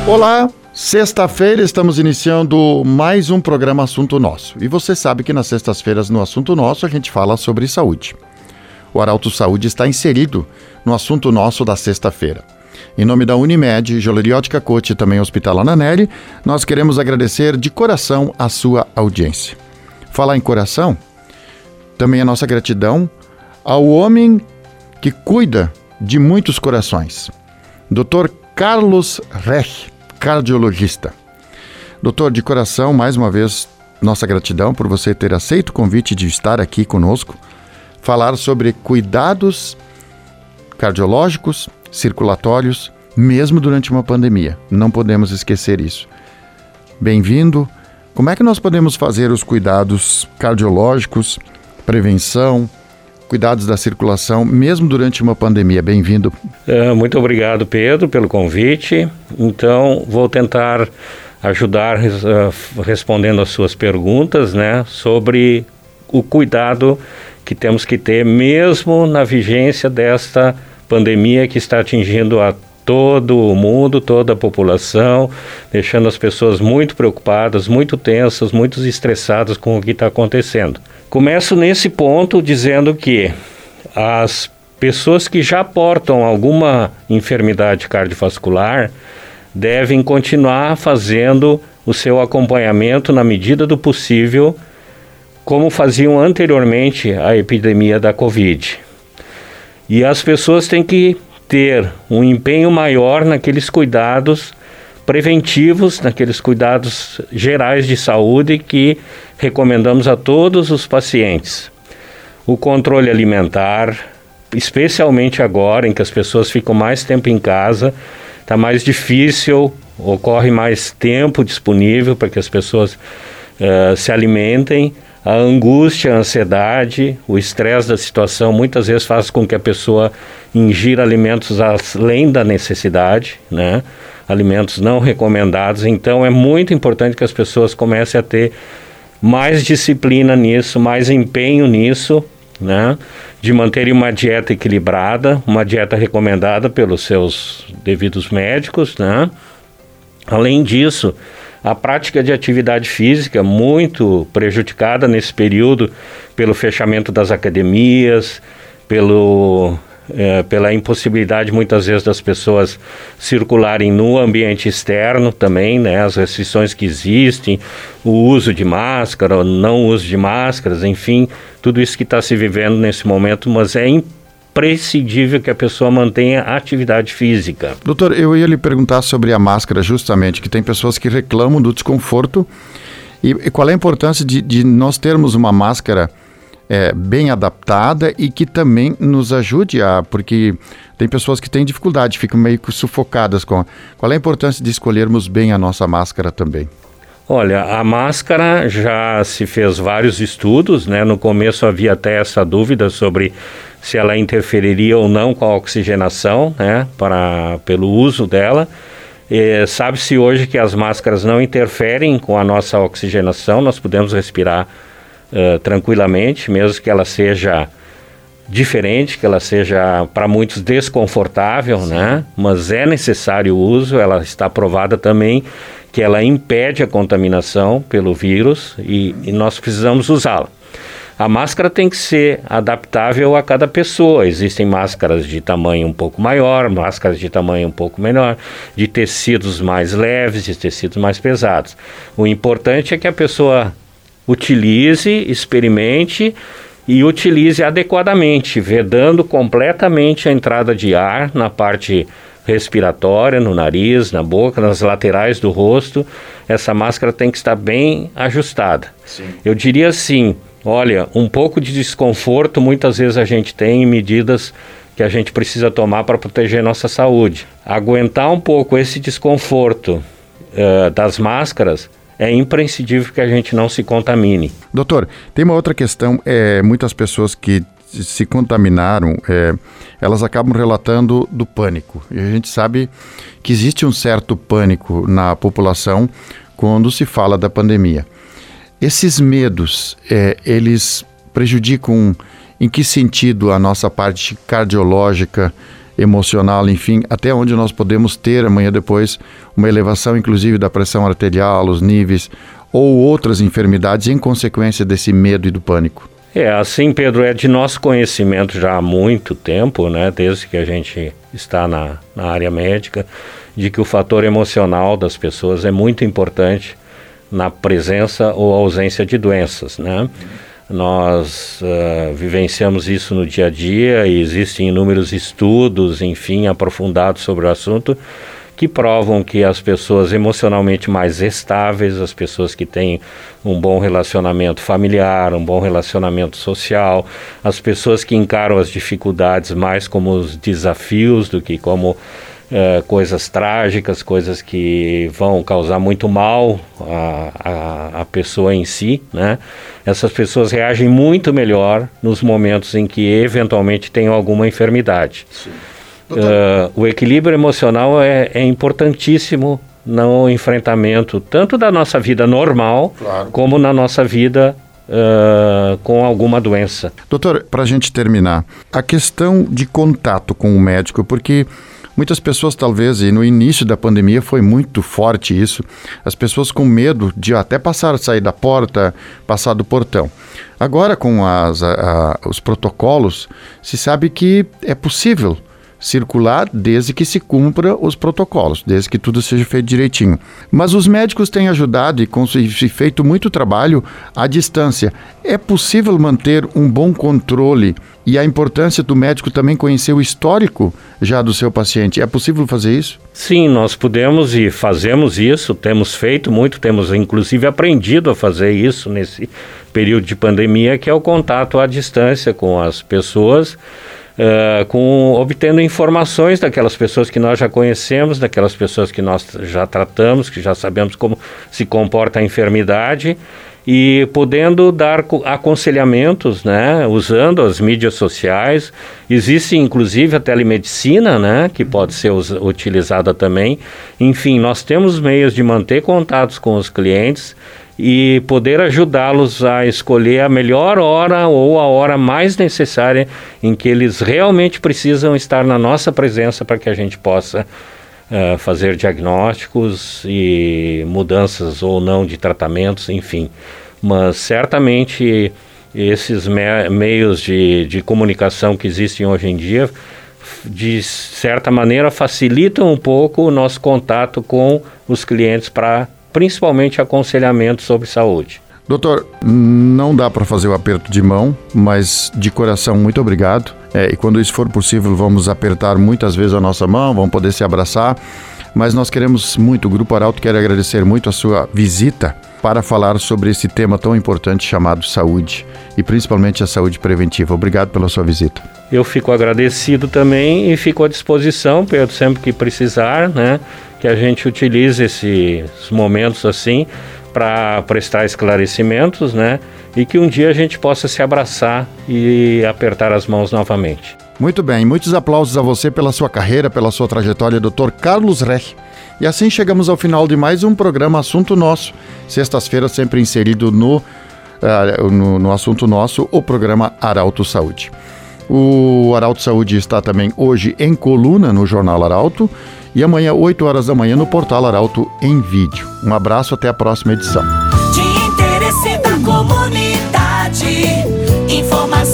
Olá, sexta-feira estamos iniciando mais um programa Assunto Nosso. E você sabe que nas sextas-feiras no Assunto Nosso a gente fala sobre saúde. O Arauto Saúde está inserido no Assunto Nosso da sexta-feira. Em nome da Unimed, Joalheria Ótica Cote e também Hospital Ananelli, nós queremos agradecer de coração a sua audiência. Falar em coração, também a nossa gratidão ao homem que cuida de muitos corações, Dr. Carlos Rech, cardiologista. Doutor, de coração, mais uma vez, nossa gratidão por você ter aceito o convite de estar aqui conosco, falar sobre cuidados cardiológicos, circulatórios, mesmo durante uma pandemia. Não podemos esquecer isso. Bem-vindo. Como é que nós podemos fazer os cuidados cardiológicos, prevenção, cuidados da circulação, mesmo durante uma pandemia? Bem-vindo. Muito obrigado, Pedro, pelo convite. Então, vou tentar ajudar respondendo as suas perguntas, né, sobre o cuidado que temos que ter mesmo na vigência desta pandemia que está atingindo a todo o mundo, toda a população, deixando as pessoas muito preocupadas, muito tensas, muito estressadas com o que está acontecendo. Começo nesse ponto dizendo que as pessoas que já portam alguma enfermidade cardiovascular devem continuar fazendo o seu acompanhamento na medida do possível, como faziam anteriormente à epidemia da Covid. E as pessoas têm que ter um empenho maior naqueles cuidados preventivos, naqueles cuidados gerais de saúde que recomendamos a todos os pacientes. O controle alimentar, especialmente agora em que as pessoas ficam mais tempo em casa, está mais difícil, ocorre mais tempo disponível para que as pessoas se alimentem. A angústia, a ansiedade, o estresse da situação muitas vezes faz com que a pessoa ingira alimentos além da necessidade, né? Alimentos não recomendados. Então é muito importante que as pessoas comecem a ter mais disciplina nisso, mais empenho nisso, né? De manterem uma dieta equilibrada, uma dieta recomendada pelos seus devidos médicos, né? Além disso, a prática de atividade física muito prejudicada nesse período pelo fechamento das academias, pela impossibilidade muitas vezes das pessoas circularem no ambiente externo também, né? As restrições que existem, o uso de máscara, o não uso de máscaras, enfim, tudo isso que está se vivendo nesse momento, mas é imprescindível que a pessoa mantenha a atividade física. Doutor, eu ia lhe perguntar sobre a máscara justamente, que tem pessoas que reclamam do desconforto e qual é a importância de nós termos uma máscara bem adaptada e que também nos ajude porque tem pessoas que têm dificuldade, ficam meio que sufocadas com... Qual é a importância de escolhermos bem a nossa máscara também? Olha, a máscara já se fez vários estudos, né? No começo havia até essa dúvida sobre se ela interferiria ou não com a oxigenação, né? Pelo uso dela. Sabe-se hoje que as máscaras não interferem com a nossa oxigenação, nós podemos respirar tranquilamente, mesmo que ela seja diferente, que ela seja para muitos desconfortável, né? Mas é necessário o uso, ela está provada também que ela impede a contaminação pelo vírus e nós precisamos usá-la. A máscara tem que ser adaptável a cada pessoa. Existem máscaras de tamanho um pouco maior, máscaras de tamanho um pouco menor, de tecidos mais leves, de tecidos mais pesados. O importante é que a pessoa utilize, experimente e utilize adequadamente, vedando completamente a entrada de ar na parte respiratória, no nariz, na boca, nas laterais do rosto. Essa máscara tem que estar bem ajustada. Sim. Eu diria assim, olha, um pouco de desconforto muitas vezes a gente tem em medidas que a gente precisa tomar para proteger nossa saúde. Aguentar um pouco esse desconforto das máscaras é imprescindível que a gente não se contamine. Doutor, tem uma outra questão, muitas pessoas que se contaminaram, elas acabam relatando do pânico. E a gente sabe que existe um certo pânico na população quando se fala da pandemia. Esses medos, eles prejudicam em que sentido a nossa parte cardiológica emocional, enfim, até onde nós podemos ter amanhã depois uma elevação, inclusive, da pressão arterial, os níveis, ou outras enfermidades em consequência desse medo e do pânico. Assim, Pedro, é de nosso conhecimento já há muito tempo, né, desde que a gente está na área médica, de que o fator emocional das pessoas é muito importante na presença ou ausência de doenças, né? Nós vivenciamos isso no dia a dia e existem inúmeros estudos, enfim, aprofundados sobre o assunto, que provam que as pessoas emocionalmente mais estáveis, as pessoas que têm um bom relacionamento familiar, um bom relacionamento social, as pessoas que encaram as dificuldades mais como os desafios do que como coisas trágicas, coisas que vão causar muito mal à pessoa em si, né? Essas pessoas reagem muito melhor nos momentos em que eventualmente tenham alguma enfermidade. Sim. O equilíbrio emocional é importantíssimo no enfrentamento tanto da nossa vida normal, claro, como na nossa vida com alguma doença. Doutor, para a gente terminar, a questão de contato com o médico, porque muitas pessoas talvez, e no início da pandemia foi muito forte isso, as pessoas com medo de até sair da porta, passar do portão. Agora com os protocolos, se sabe que é possível circular desde que se cumpra os protocolos, desde que tudo seja feito direitinho. Mas os médicos têm ajudado e feito muito trabalho à distância. É possível manter um bom controle e a importância do médico também conhecer o histórico já do seu paciente. É possível fazer isso? Sim, nós podemos e fazemos isso, temos feito muito, temos inclusive aprendido a fazer isso nesse período de pandemia, que é o contato à distância com as pessoas, obtendo informações daquelas pessoas que nós já conhecemos, daquelas pessoas que nós já tratamos, que já sabemos como se comporta a enfermidade, e podendo dar aconselhamentos, né, usando as mídias sociais. Existe inclusive a telemedicina, né, que pode ser utilizada também. Enfim, nós temos meios de manter contatos com os clientes e poder ajudá-los a escolher a melhor hora ou a hora mais necessária em que eles realmente precisam estar na nossa presença para que a gente possa fazer diagnósticos e mudanças ou não de tratamentos, enfim. Mas certamente esses meios de comunicação que existem hoje em dia, de certa maneira, facilitam um pouco o nosso contato com os clientes para principalmente aconselhamento sobre saúde. Doutor, não dá para fazer o aperto de mão, mas de coração, muito obrigado. E quando isso for possível, vamos apertar muitas vezes a nossa mão, vamos poder se abraçar. Mas nós queremos muito, o Grupo Arauto quer agradecer muito a sua visita para falar sobre esse tema tão importante chamado saúde e principalmente a saúde preventiva. Obrigado pela sua visita. Eu fico agradecido também e fico à disposição, Pedro, sempre que precisar, né, que a gente utilize esses momentos assim para prestar esclarecimentos, né, e que um dia a gente possa se abraçar e apertar as mãos novamente. Muito bem, muitos aplausos a você pela sua carreira, pela sua trajetória, Dr. Carlos Rech. E assim chegamos ao final de mais um programa Assunto Nosso. Sextas-feiras sempre inserido no Assunto Nosso, o programa Arauto Saúde. O Arauto Saúde está também hoje em coluna no Jornal Arauto e amanhã, 8 horas da manhã, no Portal Arauto em vídeo. Um abraço, até a próxima edição. De interesse da comunidade, informação